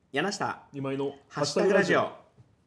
柳下今井のハッシュタグラジオ。よ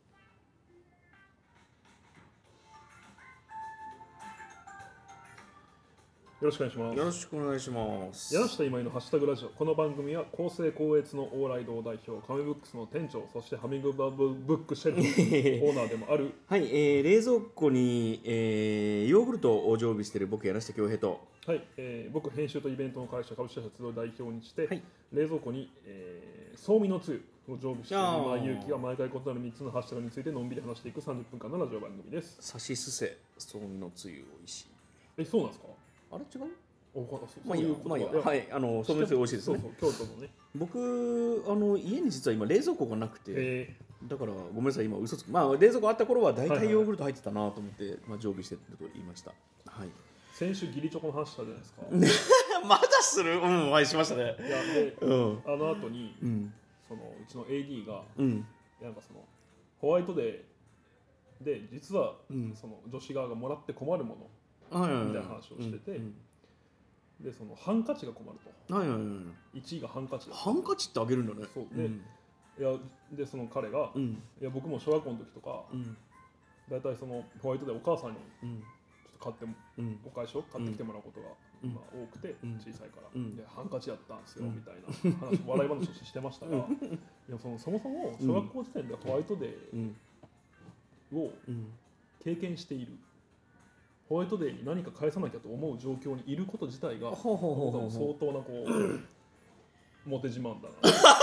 ろしくお願いします。 ろしくお願いします。 柳下今井のハッシュタグラジオ。この番組は公正高越の往来堂代表、カメブックスの店長、そしてハミングバブブックシェルのオーナーでもあるはい、冷蔵庫に、ヨーグルトを常備している僕柳下恭平と、 はい、僕編集とイベントの会社株式会社集う代表にして、 はい、 冷蔵庫に、総味のつゆを常備している今井祐希が毎回異なる3つのハッシュタグについてのんびり話していく30分間のラジオ番組です。 さしすせそうみのつゆおいしい。 そうなんですか？ あれ違う？ まあいいよ、 はい、そうめんつゆ美味しいですね。 そう京都のね。 僕家に実は今冷蔵庫がなくて、だからごめんなさい今嘘つく。まあ冷蔵庫あった頃は大体ヨーグルト入ってたなと思って、常備してると言いました。はい。 先週ギリチョコの話したじゃないですか。 まだする？はいしましたね。 いやで、あの後に、そのうちの AD が、なんかそのホワイトデーで実は、その女子側がもらって困るものみたいな話をしてて、でそのハンカチが困ると。1位がハンカチだ。 ハンカチってあげるんだね。 そうで、いやでその彼が、いや僕も小学校の時とか、だいたいそのホワイトデーお母さんにちょっと買ってお返しを買ってきてもらうことが、多くて、小さいから、でハンカチやったんですよ、みたいな話笑い話をしてましたが、いやそもそも小学校時点でホワイトデーを経験している、ホワイトデーに何か返さなきゃと思う状況にいること自体が相当なモテ自慢だ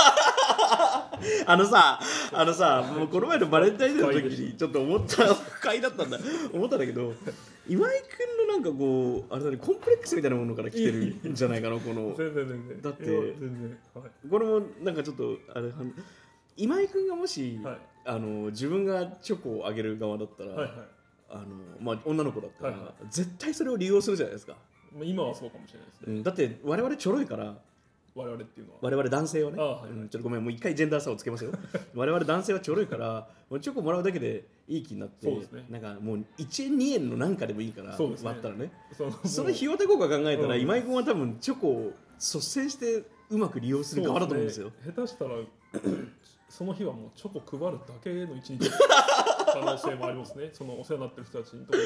な。もうこの前のバレンタインデーの時にちょっと思った回だったんだけど、今井君のなんかあれだね、コンプレックスみたいなものから来てるんじゃないかなこの。 全然だって全然、 これもなんかちょっとあれ、今井君がもし、自分がチョコをあげる側だったら、女の子だったら、絶対それを利用するじゃないですか。 今はそうかもしれないですね。 だって我々ちょろいから。 我々っていうのは我々男性はね、ちょっとごめん、もう一回ジェンダー差をつけますよ。我々男性はちょろいからチョコもらうだけでいい気になって、なんかもう1円2円のなんかでもいいから割ったらね、その費用対効果考えたら、今井君は多分チョコを率先してうまく利用する側だと思うんですよ。 下手したらその日はもうチョコ配るだけの一日可能性もありますね。そのお世話になってる人たちにとって、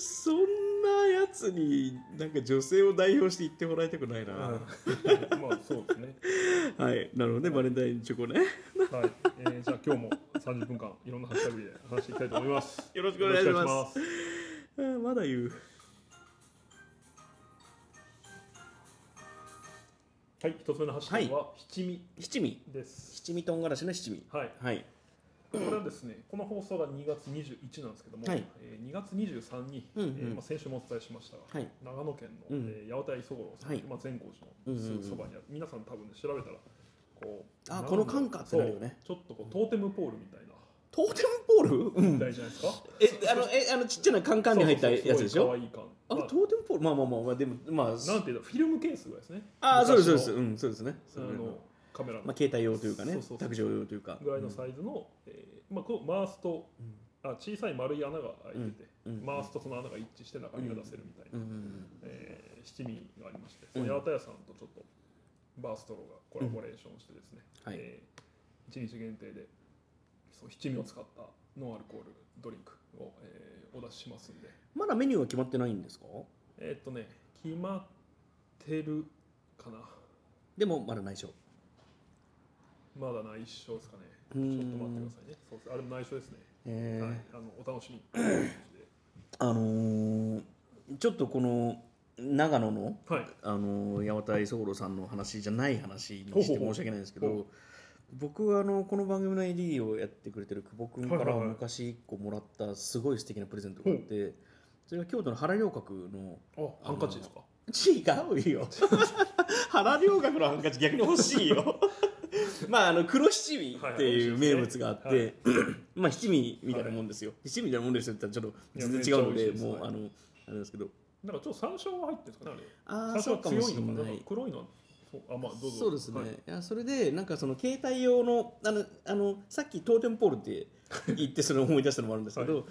そんなやつになんか女性を代表して言ってもらいたくないな。 まあそうですね。 はい、なるほどね、バレンタインチョコね。 はい、じゃあ今日も30分間いろんなハッシュタグで話していきたいと思います。 よろしくお願いします。まだ言う。 はい、一つ目のハッシュタグは七味です。 七味唐辛子の七味。はい。 これはですね、この放送が2月21なんですけども、2月23に、先週もお伝えしましたが、長野県の、八幡屋磯五郎さん、善光寺のすぐそばにある、皆さん多分、調べたらこの感覚ってなるよね。 ちょっとトーテムポールみたいな。 トーテムポール？ みたいじゃないですか。 ちっちゃなカンカンに入ったやつでしょ。 可愛い缶。 トーテムポール、でもなんていうの、フィルムケースぐらいですね。 そうです、ね。 カメラの携帯用というかね、卓上用というかぐらいのサイズの、こう回すと、小さい丸い穴が開いてて、回すとその穴が一致して中身が出せるみたいな七味がありまして、その八幡屋さんとちょっとバーストローがコラボレーションしてですね、1日限定で七味を使ったノンアルコールドリンクをお出ししますんで。 まだメニューは決まってないんですか？ 決まってるかな。でもまだ内緒。 まだ内緒ですかね。ちょっと待ってくださいね。そうです。あれも内緒ですね。お楽しみ。 ちょっとこの長野の、八幡屋磯五郎さんの話じゃない話にして申し訳ないんですけど、僕はこの番組の AD をやってくれてる久保君から昔1個もらったすごい素敵なプレゼントがあって、それが京都の原良閣のハンカチですか？ 違うよ。原良閣のハンカチ逆に欲しいよ。黒七味っていう名物があって、七味みたいなもんですよ。七味みたいなもんですよって言ったらちょっと全然違うので、もうあれですけど、 なんかちょっと山椒が入ってるんですかね、 あれ。そうかもしれない。 黒いの。どうぞ。 そうですね。それでなんかその携帯用のさっきトーテンポールって言ってそれを思い出したのもあるんですけど、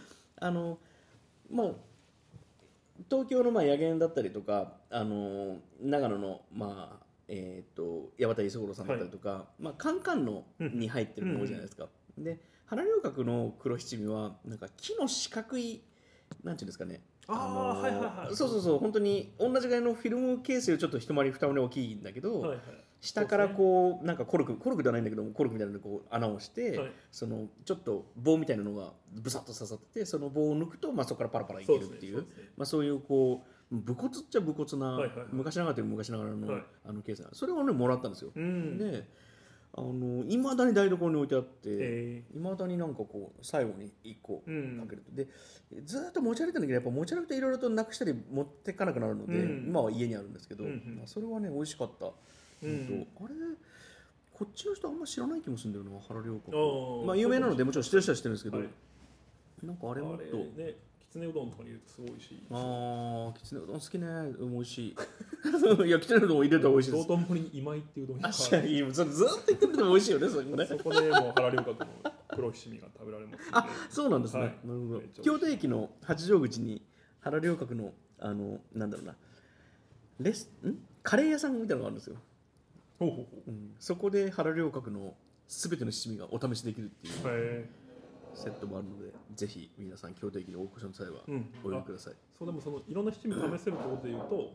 東京の野源だったりとか長野の八幡磯五郎さんだったりとか、まあ、カンカンのに入ってるの多いじゃないですか、で原良角の黒七味はなんか木の四角いなんていうんですかね、そうそうそう本当に同じぐらいのフィルムケースよりちょっと一回り二回り大きいんだけど、下からこうなんかコルクではないんだけどコルクみたいなのでこう穴をして、そのちょっと棒みたいなのがブサッと刺さっててその棒を抜くと、まあ、そこからパラパラいけるっていうまあそういうこう武骨っちゃ武骨な、昔ながらという昔ながらの、あのケースそれをねもらったんですよ、でいまだに台所に置いてあっていまだになんかこう最後に1個かけると、でずっと持ち歩いてるんだけどやっぱ持ち歩くといろいろとなくしたり持ってかなくなるので、今は家にあるんですけど、それはね美味しかった、あれこっちの人あんま知らない気もするんだよな原良角、まあ有名なのでもちろん知ってる人は知ってるんですけど、なんかあれもっときつねうどんとかに入れるとすごい美味しい。 きつねうどん好きね、美味しい。いやきつねうどんを入れたら美味しいです。 道頓堀に今井っていううどん屋がずっと言ってるの美味しいよね、それもね。 そこでもう原良角の黒七味が食べられますので。 そうなんですね。なるほど。京都駅の八丈口に原良角のなんだろうなカレー屋さんみたいなのがあるんですよ。そこで原良角のすべての七味がお試しできるっていう。セットもあるので、ぜひ皆さん京都駅にお越しの際はお呼びください。 そうでもそのいろんな七味試せるところでいうと、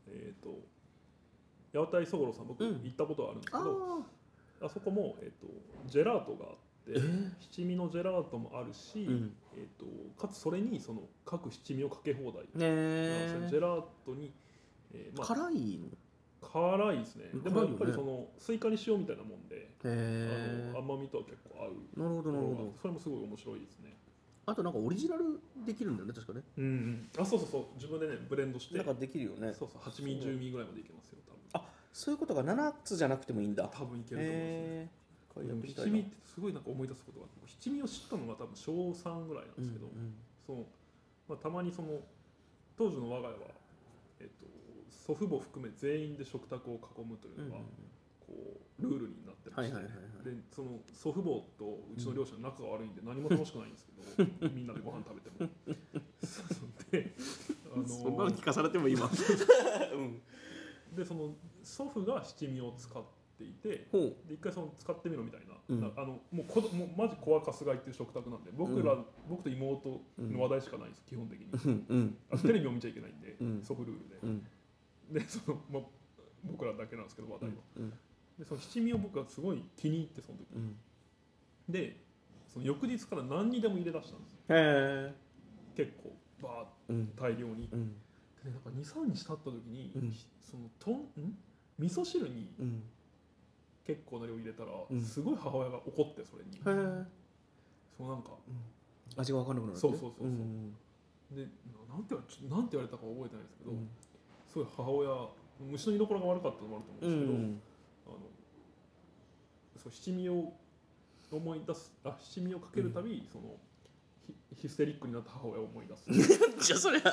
八幡磯五郎さん僕行ったことはあるんですけど、あそこもジェラートがあって、七味のジェラートもあるし、かつそれにその各七味をかけ放題。ジェラートに辛いの？ 辛いですね。でもやっぱりそのスイカに塩みたいなもんで、甘みとは結構合う。 なるほどなるほど。 それもすごい面白いですね。 あとなんかオリジナルできるんだよね確かね。 そうそうそう自分でねブレンドして。 なんかできるよね。 そうそう8味10味ぐらいまでいけますよ多分。 そういうことが7つじゃなくてもいいんだ。 多分いけると思いますね。七味ってすごいなんか思い出すことがあって、七味を知ったのが多分小3ぐらいなんですけど、たまにその当時の我が家は祖父母含め全員で食卓を囲むというのがこうルールになってまして、でその祖父母とうちの両親の仲が悪いんで何も楽しくないんですけど、みんなでご飯食べてもでそんなの聞かされても今でその祖父が七味を使っていて、で一回その使ってみろみたいな、もうマジコアカスガイっていう食卓なんで僕と妹の話題しかないんです基本的に、テレビを見ちゃいけないんで、祖父ルールで。で僕らだけなんですけど話題は、でその七味を僕はすごい気に入ってその時、でその翌日から何にでも入れ出したんですよ、結構バーッ大量に、でなんか 2,3 日経った時に、その味噌汁に結構な量入れたら、すごい母親が怒ってそれに、そうなんか、 味が分かんなくなる。 そうでなんて言われたか覚えてないですけど、すごい母親虫の居所が悪かったのもあると思うんですけど、七味を思い出す七味をかけるたび、そのヒステリックになった母親を思い出す。 じゃあそれ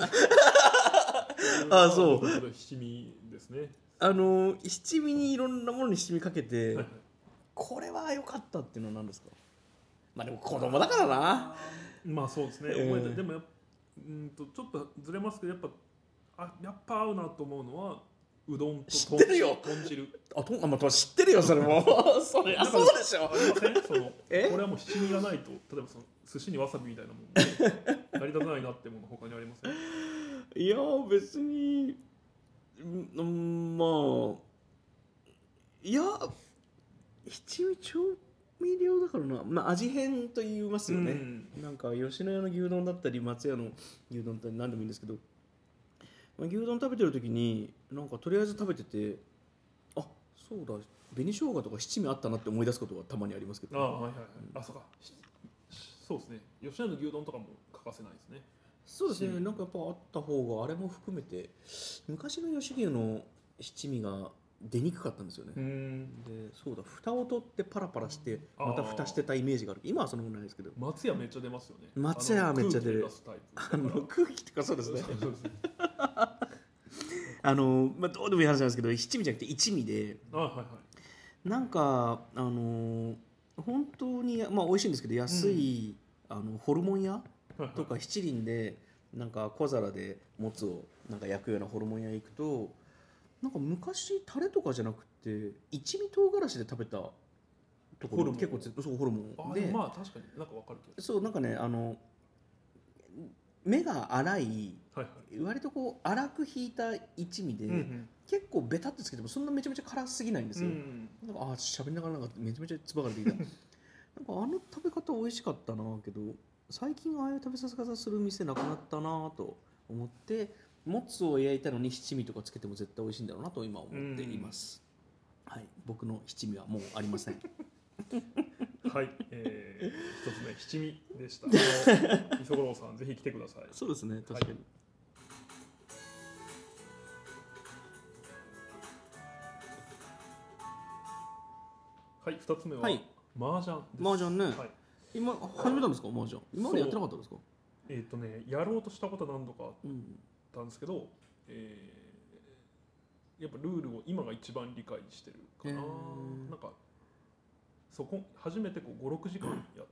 そう七味ですね。 七味にいろんなものに七味かけて、これは良かったっていうのは何ですか？まあでも子供だからな。 まあそうですね。でもちょっとずれますけどやっぱ合うなと思うのはうどんと知ってるよ豚汁。 知ってるよそれもそれそうでしょ。 ありません？これはもう七味がないと例えばその寿司にわさびみたいなもんで成り立たないなってもの他にありません？ いや別にまあいや七味調味料だからな、まあ、味変と言いますよね、なんか吉野家の牛丼だったり松屋の牛丼だったり何でもいいんですけど、牛丼食べてる時になんかとりあえず食べててそうだ紅生姜とか七味あったなって思い出すことはたまにありますけど、 そうかそうですね。吉野家の牛丼とかも欠かせないですね。 そうですね、なんかやっぱあった方があれも含めて昔の吉牛の七味が出にくかったんですよね。でそうだ蓋を取ってパラパラしてまた蓋してたイメージがある。今はそのものないですけど松屋めっちゃ出ますよね。 松屋はめっちゃ出る。空気とかそうですね。どうでもいい話なんですけど七味じゃなくて一味で、なんか本当にまあ美味しいんですけど安い、ホルモン屋とか七輪でなんか小皿でもつをなんか焼くようなホルモン屋行くとなんか昔タレとかじゃなくって一味唐辛子で食べたところ結構そうホルモンで、 まあ確かになんか分かるけど、 そうなんかね目が粗い、 はいはい、 割とこう粗く引いた一味で、うんうん、結構ベタっとつけてもそんなめちゃめちゃ辛すぎないんですよ、うんうん、なんか喋りながらなんかめちゃめちゃつばが出てきたなんか食べ方美味しかったなけど最近ああいう食べさせ方する店なくなったなと思ってもつを焼いたのに七味とかつけても絶対美味しいんだろうなと今思っています、はい、僕の七味はもうありませんはい、一つ目七味でした磯五郎さんぜひ来てください。 そうですね、確かに、 はい、2つ目は、 はい、 麻雀です。 麻雀ね、はい、今始めたんですか麻雀。今までやってなかったんですか。 やろうとしたこと何度かあったんですけど、やっぱルールを今が一番理解してるかな、なんか初めてこう 5,6 時間やって、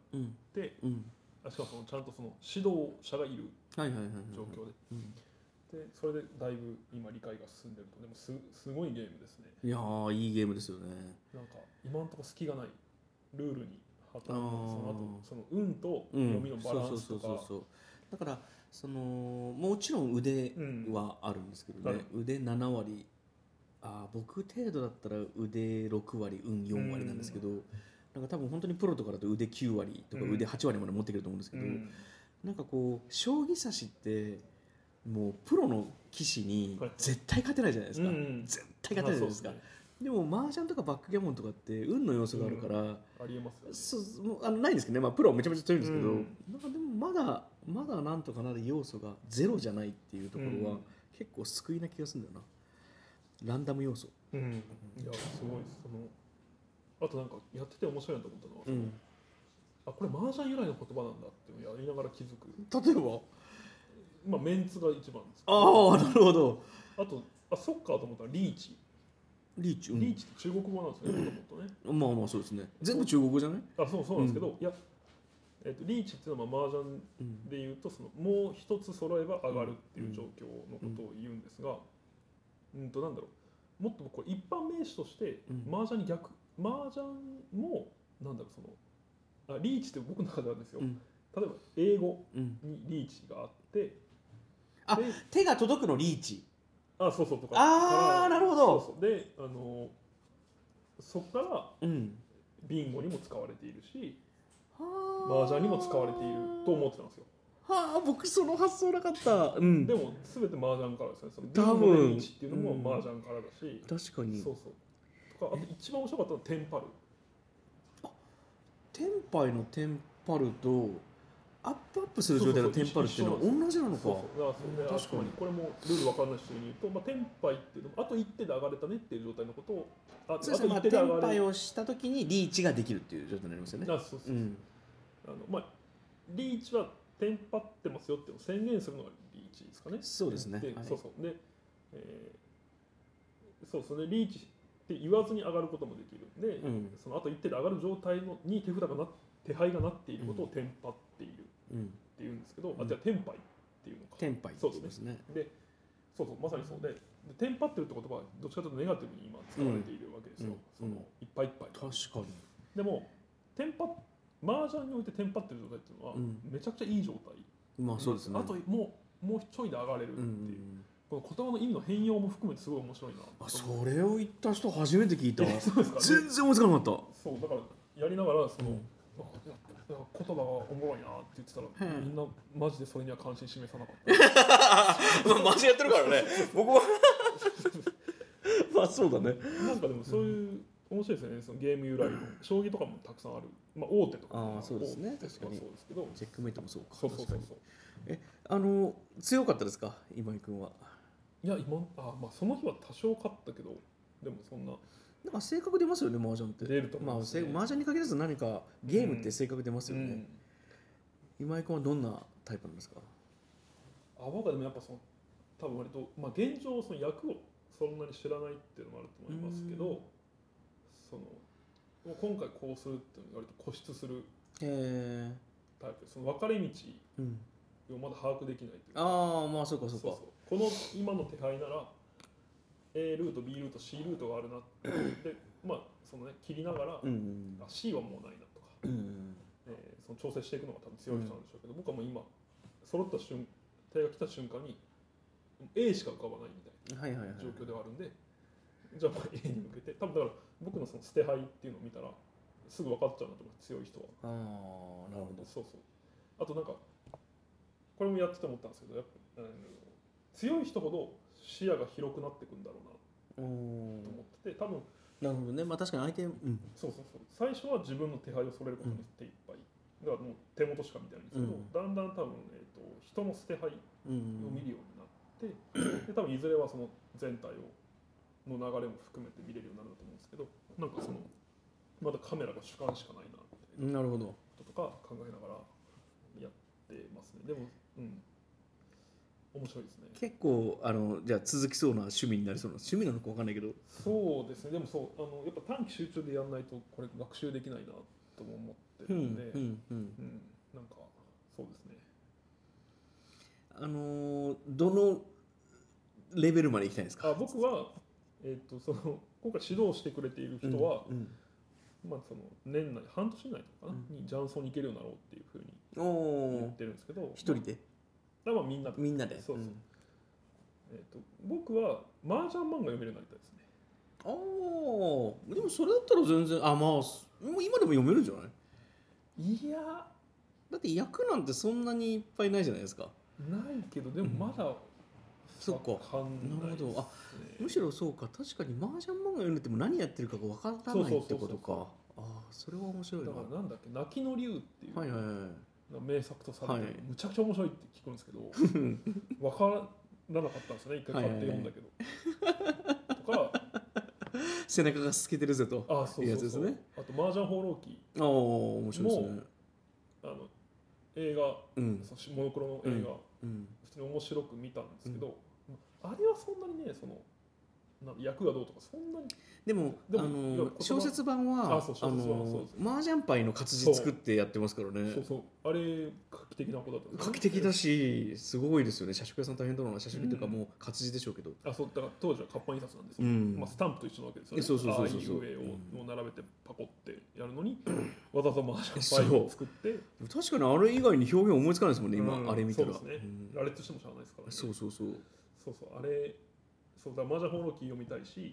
しかもちゃんとその指導者がいる状況で、それでだいぶ今理解が進んでると。でもすごいゲームですね。 いやーいいゲームですよね。 なんか今のところ隙がない、ルールに破綻のその後その運と読みのバランスとか、 だからもちろん腕はあるんですけどね、腕7割、僕程度だったら腕6割運4割なんですけど、なんか多分本当にプロとかだと腕9割とか腕8割まで持ってくると思うんですけど、なんかこう将棋指しってもうプロの棋士に絶対勝てないじゃないですか、絶対勝てないじゃないですか、でも麻雀とかバックギャモンとかって運の要素があるから、 ありえますよね。 ないんですけどね、プロはめちゃめちゃ強いんですけど、なんかでもまだなんとかなる要素がゼロじゃないっていうところは結構救いな気がするんだよな、ランダム要素。 いやすごいです。あとなんかやってて面白いなと思ったのは、これ麻雀由来の言葉なんだってやりながら気づく。 例えばメンツが一番です。 なるほど。 あとソッカーと思ったらリーチって中国語なんですね、もともとね。 まあそうですね。全部中国語じゃない？ そうなんですけど、いや、リーチっていうのは麻雀でいうともう一つ揃えば上がるっていう状況のことを言うんですが、なんだろう、もっとこれ一般名詞として麻雀に麻雀もなんだろう、リーチって僕の中ではですよ、例えば英語にリーチがあって、 手が届くのリーチ、 そうとか、 なるほど。 でそこからビンゴにも使われているし、麻雀にも使われていると思ってたんですよ。 僕その発想なかった。でも全て麻雀からですね。ビンゴでリーチっていうのも麻雀からだし、 確かに。 とか、あと一番面白かったのはテンパル。 テンパイのテンパルとアップする状態のテンパルっていうのは同じなのか。 確かにこれもルール分からない人に言うと、テンパイっていうのもあと1手で上がれたねっていう状態のことを、 テンパイをした時にリーチができるっていう状態になりますよね。 リーチはテンパってますよって宣言するのがリーチですかね。 そうですね。 でリーチって言わずに上がることもできるんで、そのあと1手で上がる状態に手牌がなっていることをテンパっているっていうんですけど、じゃあテンパイっていうのか。 テンパイですね。 でまさにそうで、テンパってるって言葉はどっちかというとネガティブに今使われているわけですよ。いっぱいいっぱい。 確かに。 でも麻雀においてテンパってる状態っていうのはめちゃくちゃいい状態。 そうですね。 あともうちょいで上がれるっていう。この言葉の意味の変容も含めてすごい面白いな。 それを言った人初めて聞いた。 そうですか。 全然思いつかなかった。 そうだからやりながら言葉がおもろいなって言ってたら、みんなマジでそれには関心示さなかった。 マジやってるからね。僕はそうだね。 なんかでもそういう面白いですよね。そのゲーム由来の将棋とかもたくさんある。大手とか。 そうですね。確かに。 そうですけど。 チェックメイトもそうか。 そう。 強かったですか、今井君は。 いやその日は多少勝ったけど、でもそんな。 なんか性格出ますよね、麻雀って。 出ると思いますね。 麻雀に限らず何かゲームって性格出ますよね。今井君はどんなタイプなんですか。 僕はでもやっぱ多分割と現状役をそんなに知らないっていうのもあると思いますけど、今回こうするっていうのは割と固執するタイプで、分かれ道をまだ把握できないというか。 そうか。 この今の手配なら A ルート B ルート C ルートがあるなでまあそのね切りながら、C はもうないなとか、その調整していくのが多分強い人なんでしょうけど、僕はもう今揃った手が来た瞬間に A しか浮かばないみたいな状況ではあるんで、じゃあまあ A に向けて多分だから僕のその捨て牌っていうのを見たらすぐ分かっちゃうなと思う、強い人は。 ああ、なるほど。 そうそう。あとなんかこれもやってて思ったんですけど、やっぱ強い人ほど視野が広くなっていくんだろうなと思ってて、多分なるほどね。まあ確かに相手、 そう最初は自分の手配を揃えることに手いっぱい、だからもう手元しか見てないんですけど、だんだん多分、人の捨て牌を見るようになって、で多分いずれはその全体の流れも含めて見れるようになると思うんですけど、なんかそのまだカメラが主観しかないなみたいなこととか考えながらやってますね。でも面白いですね。 結構じゃあ続きそうな趣味になりそうな、趣味なのか分かんないけど。 そうですね。でもそうやっぱ短期集中でやらないとこれ学習できないなとも思ってるんで、なんかそうですね。 どのレベルまで行きたいんですか？ 僕はその今回指導してくれている人は、まあその年内半年以内とかな、にジャンソンに行けるようになろうっていうふうに言ってるんですけど、 一人で？ まあみんなで。そう。僕は麻雀漫画読めるようになりたいですね。 ああ、でもそれだったら全然まあもう今でも読めるんじゃない？ いやだって役なんてそんなにいっぱいないじゃないですか。 ないけどでもまだ、 そっか、なるほど。むしろそうか、確かに麻雀漫画読んでても何やってるかがわからないってことか。それは面白いな。 だからなんだっけ、泣きの竜っていう、名作とされてる、むちゃくちゃ面白いって聞くんですけど、わからなかったんですね、一回買って読んだけど。とか背中が透けてるぜというやつですね。 あと麻雀放浪記面白いですね。 映画、モノクロの映画、普通に面白く見たんですけど、あれはそんなにね、その役がどうとかそんなに。 でも小説版は麻雀牌の活字作ってやってますからね。 あれ画期的なことだったんですよね。画期的だしすごいですよね。社食屋さん大変だろうな。社食というかもう活字でしょうけど、 そうだから当時は活版印刷なんですよ、スタンプと一緒なわけですよね。ああいう絵を並べてパコってやるのに、わざわざ麻雀牌を作って。 確かにあれ以外に表現思いつかないですもんね、今あれ見たら。 そうですね、羅列してもしゃあないですからね。 そうあれだ、麻雀放浪記読みたいし、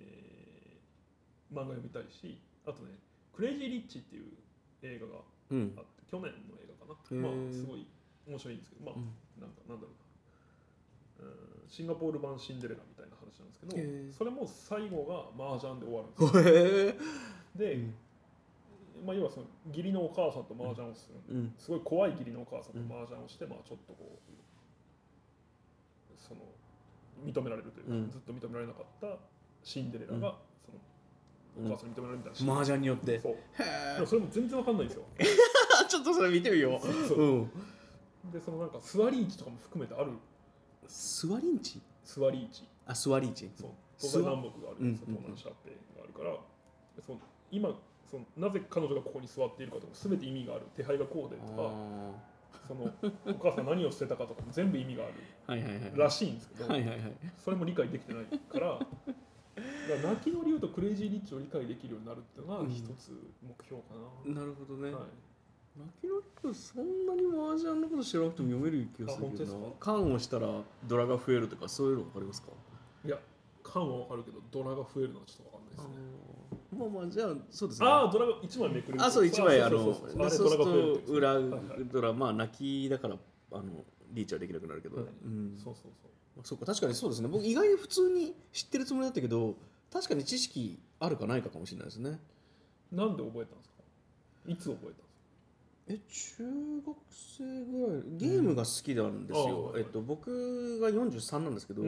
漫画読みたいし、あとねクレイジー・リッチっていう映画があって、去年の映画かな、すごい面白いんですけど、なんだろうな、シンガポール版シンデレラみたいな話なんですけど、それも最後が麻雀で終わるんですよ。で、要はその義理のお母さんと麻雀をする、すごい怖い義理のお母さんと麻雀をして、ちょっとこうその認められるというか、ずっと認められなかったシンデレラがそのお母さんに認められるみたいな、 麻雀によって。 そう。でもそれも全然わかんないんですよ。 ちょっとそれ見てみよう。 でそのなんかスワリーチとかも含めてある。 スワリンチ？ スワリーチ。 スワリーチ。 そう。東西南北があるんですよ。東南シャーペがあるから、今なぜ彼女がここに座っているかとか全て意味がある。手配がこうでとか。そのお母さん何を捨てたかとかも全部意味があるらしいんですけど、それも理解できてないから泣きの竜とクレイジー・リッチを理解できるようになるっていうのが一つ目標かな。 なるほどね。泣きの竜そんなに麻雀のこと知らなくても読める気がするけどな。缶をしたらドラが増えるとかそういうの分かりますか？ いや、缶は分かるけどドラが増えるのはちょっと分かんないですね。 じゃあそうですね。 ドラが1枚めくる。 そう1枚そうすると裏ドラ泣きだからリーチはできなくなるけど、そうか、確かにそうですね。僕意外に普通に知ってるつもりだったけど、確かに知識あるかないかかもしれないですね。 なんで覚えたんですか？いつ覚えたんですか？ 中学生ぐらいゲームが好きなんですよ。僕が43なんですけど、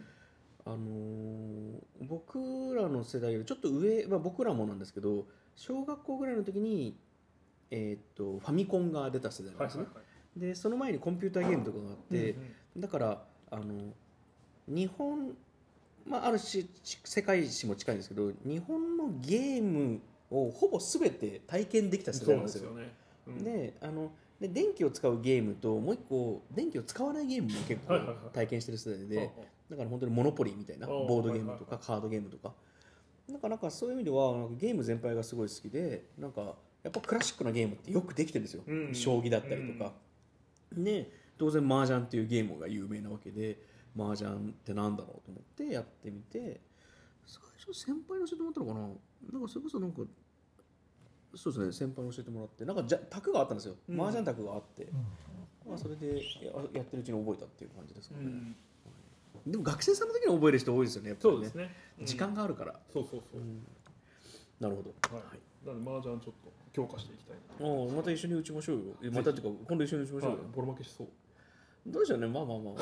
僕らの世代よりちょっと上、僕らもなんですけど、小学校ぐらいの時に、ファミコンが出た世代なんですね。でその前にコンピューターゲームとかがあって、だから日本、あるし世界史も近いんですけど、日本のゲームをほぼ全て体験できた世代なんですよ。で電気を使うゲームともう一個電気を使わないゲームも結構体験してる世代で、 だから本当にモノポリーみたいなボードゲームとかカードゲームとか、なんかそういう意味ではなんかゲーム全般がすごい好きで、なんかやっぱクラシックなゲームってよくできてるんですよ、将棋だったりとか、で当然麻雀っていうゲームが有名なわけで、麻雀ってなんだろうと思ってやってみて、最初先輩に教えてもらったのかな、なんかそれこそなんかそうですね、先輩に教えてもらって、なんか卓があったんですよ、麻雀卓があって、まあ、それでやってるうちに覚えたっていう感じですかね、でも学生さんの時に覚える人多いですよね、やっぱりね。 そうですね、 時間があるから。 そう、 なるほど。 はい。なので麻雀ちょっと強化していきたいな。 また一緒に打ちましょうよ。またっていうか今度一緒に打ちましょうよ。 ボロ負けしそう。 どうでしょうね。まあ。はい。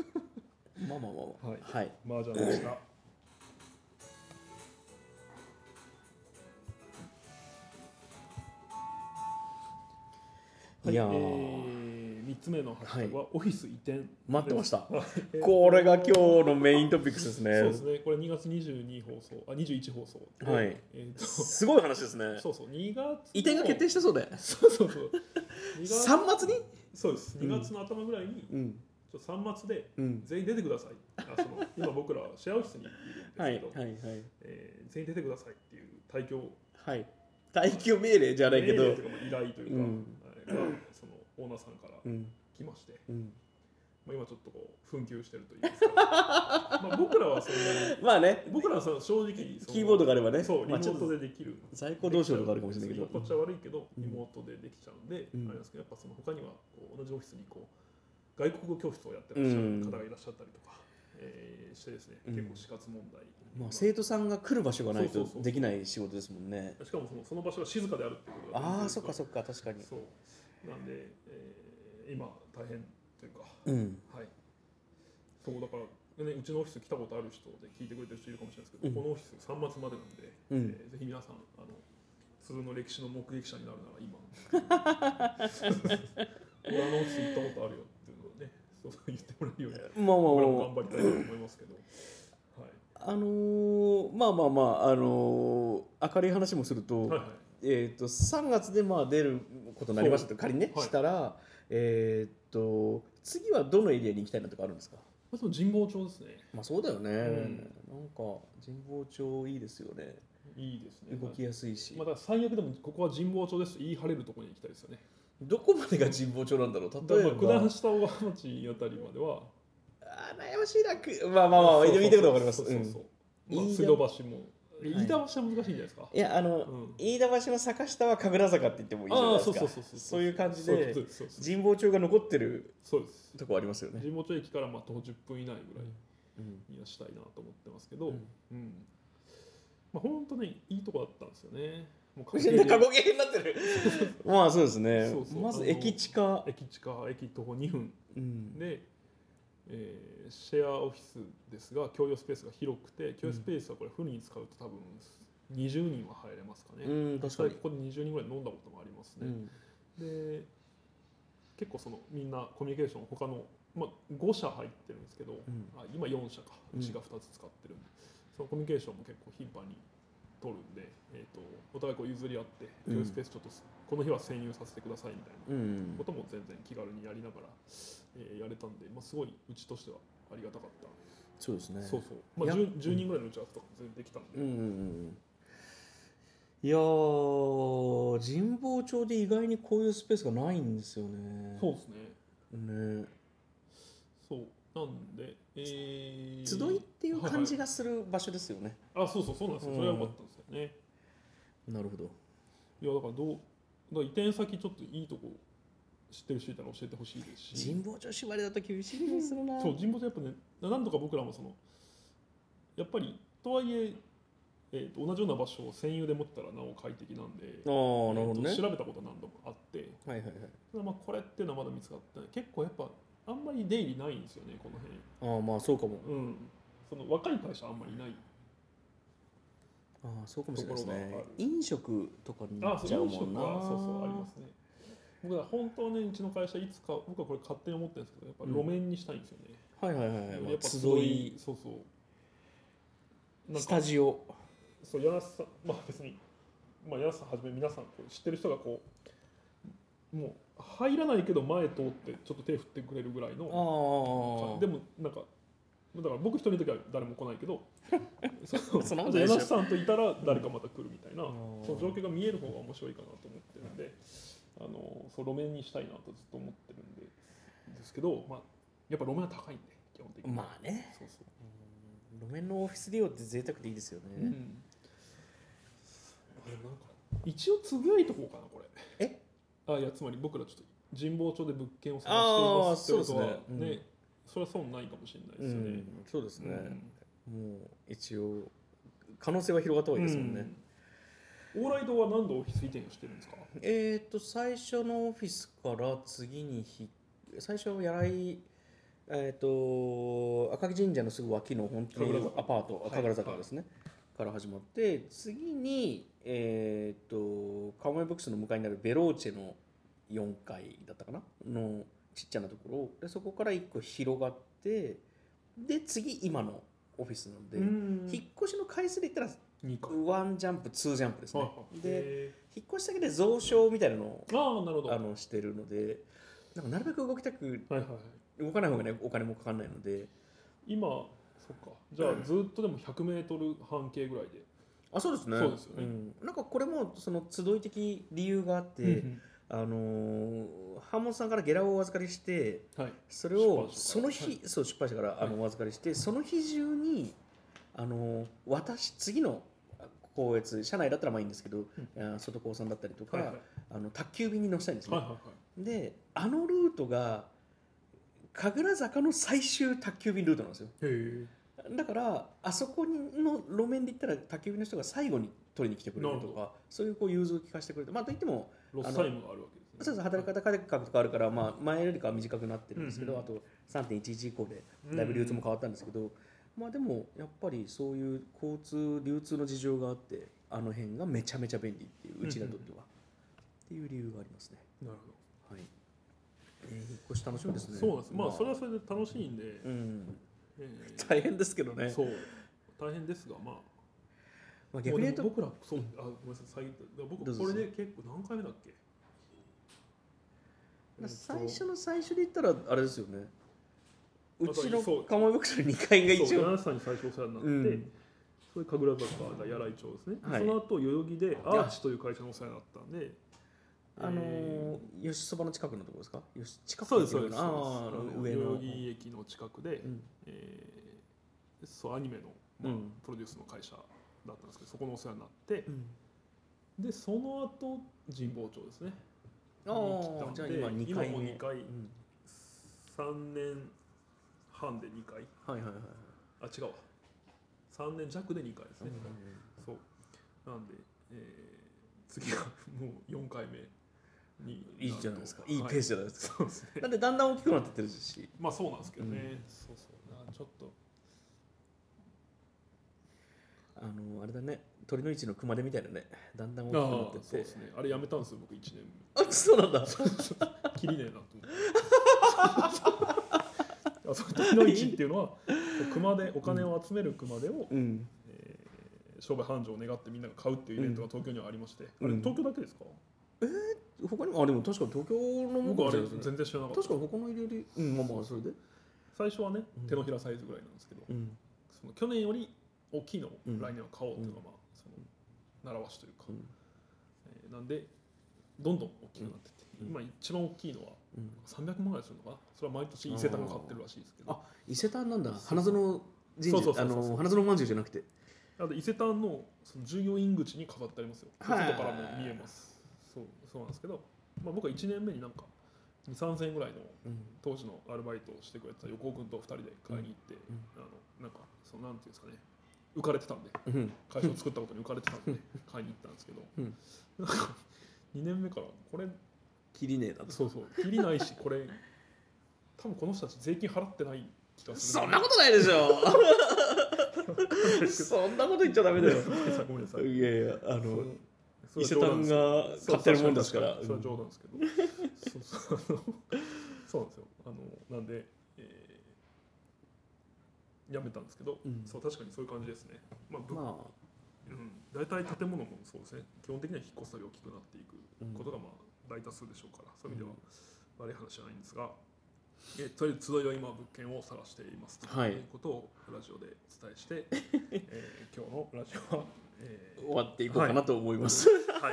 麻雀でした。いや3つ目のハッシュタグはオフィス移転、 待ってましたこれが今日のメイントピックスですね。 そうですね、これ2月22放送、21放送で、はい、すごい話ですね。 そう2月移転が決定したそうで、 そう 3月に、 そうです、2月の頭ぐらいに、3末で全員出てください、今僕らシェアオフィスにいるんですけど、全員出てくださいっていう退去命令じゃないけど依頼というか、そのオーナーさんから来まして、今ちょっとこう紛糾してるというか、僕らはそんなに、 まあね、 僕らは正直キーボードがあればね、 そうリモートでできる、 在庫同士のとかあるかもしれないけど、 こっちは悪いけどリモートでできちゃうんで、あれですけど、やっぱその他にはこう同じオフィスにこう外国語教室をやってらっしゃる方がいらっしゃったりとかしてですね、結構死活問題、 生徒さんが来る場所がないとできない仕事ですもんね。 しかもその場所が静かであるっていうことが、 そっか確かに。 そうなんで、今大変というか、はい、そうだから、ね、うちのオフィス来たことある人で聞いてくれてる人いるかもしれないですけど、このオフィス3月までなんで、ぜひ皆さん鶴の歴史の目撃者になるなら今俺オフィス行ったことあるよっていうのをね、そう言ってもらえるように僕らも頑張りたいなと思いますけど、 明るい話もすると、3月で出ることになりましたと仮にね、したら、次はどのエリアに行きたいなとかあるんですか？ 神保町ですね。 そうだよね、なんか神保町いいですよね。 いいですね、 動きやすいし、 だから最悪でもここは神保町ですと言い張れるところに行きたいですよね。 どこまでが神保町なんだろう。例えば九段下小川町あたりまでは悩ましいな。見てると分かります。 水道橋も飯田橋は難しいんじゃないですか。 いや飯田橋の坂下は神楽坂って言ってもいいじゃないですか。そういう感じで神保町が残ってるとこありますよね。 神保町駅から徒歩10分以内ぐらいにはしたいなと思ってますけど、本当ねいいとこだったんですよね。 もう過去形になってるそうですね。まず駅徒歩2分で、シェアオフィスですが共用スペースが広くて、共用スペースはこれフルに使うと多分20人は入れますかね。確かにここで20人ぐらい飲んだこともありますね。で結構みんなコミュニケーション他の、5社入ってるんですけど、今4社か、うちが2つ使ってるんで、そのコミュニケーションも結構頻繁に取るんで、お互いこう譲り合って共有スペースちょっとこの日は占有させてくださいみたいなことも全然気軽にやりながら、やれたんで、すごいうちとしてはありがたかった。 そうですね。 10人ぐらいの打ち合わせとかも全然できたんで、 いや神保町で意外にこういうスペースがないんですよね。 そうですね。そうなんで、 集いっていう感じがする場所ですよね。 そうなんですよ。それは良かったんですよね。 なるほど。 いやだから移転先ちょっといいとこ知ってる人いたら教えてほしいですし。 神保町縛りだと厳しい気がするな。 そう、神保町やっぱね、なんとか僕らもやっぱりとはいえ同じような場所を占有で持ったらなお快適なんで、 なるほどね、 調べたこと何度もあって、これっていうのはまだ見つかってない。結構やっぱあんまり出入りないんですよね、この辺。 そうかも。 その若い会社あんまりいない。 そうかもしれないですね。飲食とかに行っちゃうもんな。 そうありますね。僕は本当はね、うちの会社いつか僕はこれ勝手に思ってるんですけど、やっぱ路面にしたいんですよね。 やっぱ集い、スタジオ。 そう、柳瀬さん、別に柳瀬さんはじめ皆さん知ってる人がもう入らないけど前通ってちょっと手振ってくれるぐらいの。でもなんかだから僕一人の時は誰も来ないけどそのことでしょ。 柳さんといたら誰かまた来るみたいな、その状況が見える方が面白いかなと思ってるんで、そう路面にしたいなとずっと思ってるんですけど、まあ、やっぱ路面は高いんで基本的に。 まあね、 そうそう、 路面のオフィス利用って贅沢でいいですよね。 なんか一応つぶやいとこうかなこれ。いやつまり僕らちょっと神保町で物件を探していますってことはね、それは損ないかもしれないですよね。 そうですね、もう一応可能性は広がった方がいいですもんね。 オーライドは何度オフィス移転をしてるんですか？ 最初のオフィスから次に最初は柳井赤城神社のすぐ脇の本当にアパート、神楽坂ですね、から始まって、次にカモメブックスの向かいになるベローチェの4階だったかなのちっちゃなところで、そこから1個広がって、で次今のオフィスなので、引っ越しの回数で言ったら1ジャンプ2ジャンプですね。で引っ越し先で増床みたいなのをしてるので、なるべく動きたく、動かない方がねお金もかかんないので、 今そっか、じゃあずっとでも100メートル半径ぐらいで。 そうですね。 そうですよね。 なんかこれもその集い的理由があって、版元さんからゲラをお預かりして、それをその日、出版社からお預かりして、その日中に次の校閲、社内だったらまあいいんですけど、外高さんだったりとか、宅急便に乗せたいんですね。でルートが神楽坂の最終宅急便ルートなんですよ。だからあそこの路面で言ったら宅急便の人が最後に取りに来てくれるとか、そういう融通を聞かせてくれて、といってもロスタイムがあるわけですね。 そうです、働き方改革とかあるから、前よりかは短くなってるんですけど、あと 3.11 以降でだいぶ流通も変わったんですけど、でもやっぱりそういう交通流通の事情があって、あの辺がめちゃめちゃ便利っていう、うちらにとっては、っていう理由がありますね。 なるほど。 はい。引っ越し楽しみですね。 そうなんです。それはそれで楽しいんで、 大変ですけどね。 そう大変ですが、 逆に言うと僕らごめんなさい、僕これで結構何回目だっけ？ 最初の最初で言ったらあれですよね。うちのカモメボックスの2階が一応。 柳さんに最初お世話になって、それ神楽坂が柳井町ですね。その後代々木でアーチという会社のお世話になったんで。 吉そばの近くのところですか？近くそうです。上の代々木駅の近くで、アニメのプロデュースの会社だったんですけど、そこのお世話になって、でその後神保町ですね。 じゃあ今2回目。 今も2回、3年半で2回。違うわ。3年弱で2回ですね。そうなんで、次がもう4回目。 いいじゃないですか。いいペースじゃないですか。そうですね。だってだんだん大きくなってってるし。 そうなんですけどね。ちょっとあれだね。鳥の市の熊手みたいなね。だんだん大きくなってって。 そうですね。あれやめたんですよ僕1年目。 そうなんだ。 きりねえなと思って。鳥の市っていうのは熊手、お金を集める熊手を、商売繁盛を願ってみんなが買うっていうイベントが東京にはありまして、あれ東京だけですか？ 他にもでも確か東京の僕あれ全然知らなかった。 確か他の入れるそれで最初はね手のひらサイズぐらいなんですけど、その去年より大きいのを来年は買おうっていうのがその習わしというか、なんでどんどん大きくなってって、今一番大きいのは300万ぐらいするのかな。それは毎年伊勢丹が買ってるらしいですけど。 伊勢丹なんだ。花園神社、花園まんじゅうじゃなくて、 伊勢丹のその従業員口に飾ってありますよ。外からも見えます。そうなんですけど、僕は1年目になんか2、3000円ぐらいの当時のアルバイトをしてくれてた横尾君と2人で買いに行って、なんかなんていうんですかね、浮かれてたんで、会社を作ったことに浮かれてたんで買いに行ったんですけど、なんか2年目からこれきりねえなと。 きりないし、これ多分この人たち税金払ってない気がする。 そんなことないでしょ。そんなこと言っちゃダメだよ。 ごめんなさい。 いやいや、伊勢丹が買ってるもんですから。 それは冗談ですけど。そうなんですよ。なんで、やめたんですけど、確かにそういう感じですね。大体建物もそうですね。基本的には引っ越すたび大きくなっていくことが大多数でしょうから、そういう意味では悪い話じゃないんですが、 とりあえず集いは今物件を探していますということをラジオでお伝えして、今日のラジオは、 終わっていこうかなと思います。はい、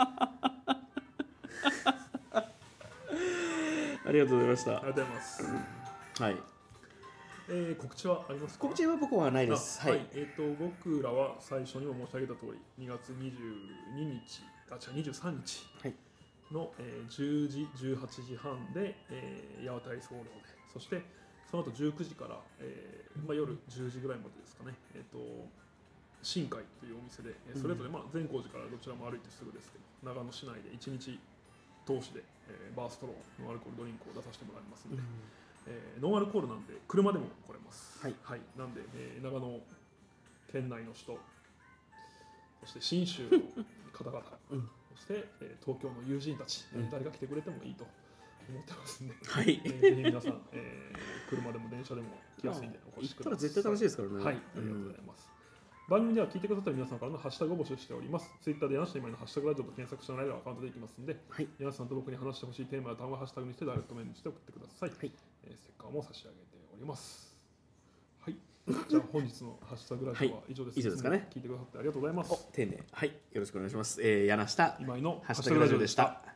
ありがとうございました。 ありがとうございます。はい。告知はありますか？ 告知は僕はないです。 はい。僕らは最初にも申し上げた通り、2月22日、23日の、10時、18時半で、八幡総領で、そしてその後19時から、夜10時ぐらいまでですかね、新海というお店で、それぞれ善光寺からどちらも歩いてすぐですけど、長野市内で1日通しで、バーストローのアルコールドリンクを出させてもらいますので、ノンアルコールなんで車でも来れます。はい。なんで、長野県内の人、そして信州の方々、そして、東京の友人たち、誰が来てくれてもいいと思ってますんで、はい。ぜひ皆さん、車でも電車でも来やすいんでお越しください。 行ったら絶対楽しいですからね。 はい。ありがとうございます。番組では聞いてくださった皆さんからのハッシュタグを募集しております。ツイッターで柳下今井のハッシュタグラジオと検索してもらえればアカウントでいきますので、柳下さんと僕に話してほしいテーマや単語をハッシュタグにしてダイレクトメールにして送ってください。ステッカーも差し上げております。はい。じゃあ本日のハッシュタグラジオは以上です。 以上ですかね。 聞いてくださってありがとうございます。 丁寧。はい。よろしくお願いします。柳下今井のハッシュタグラジオでした。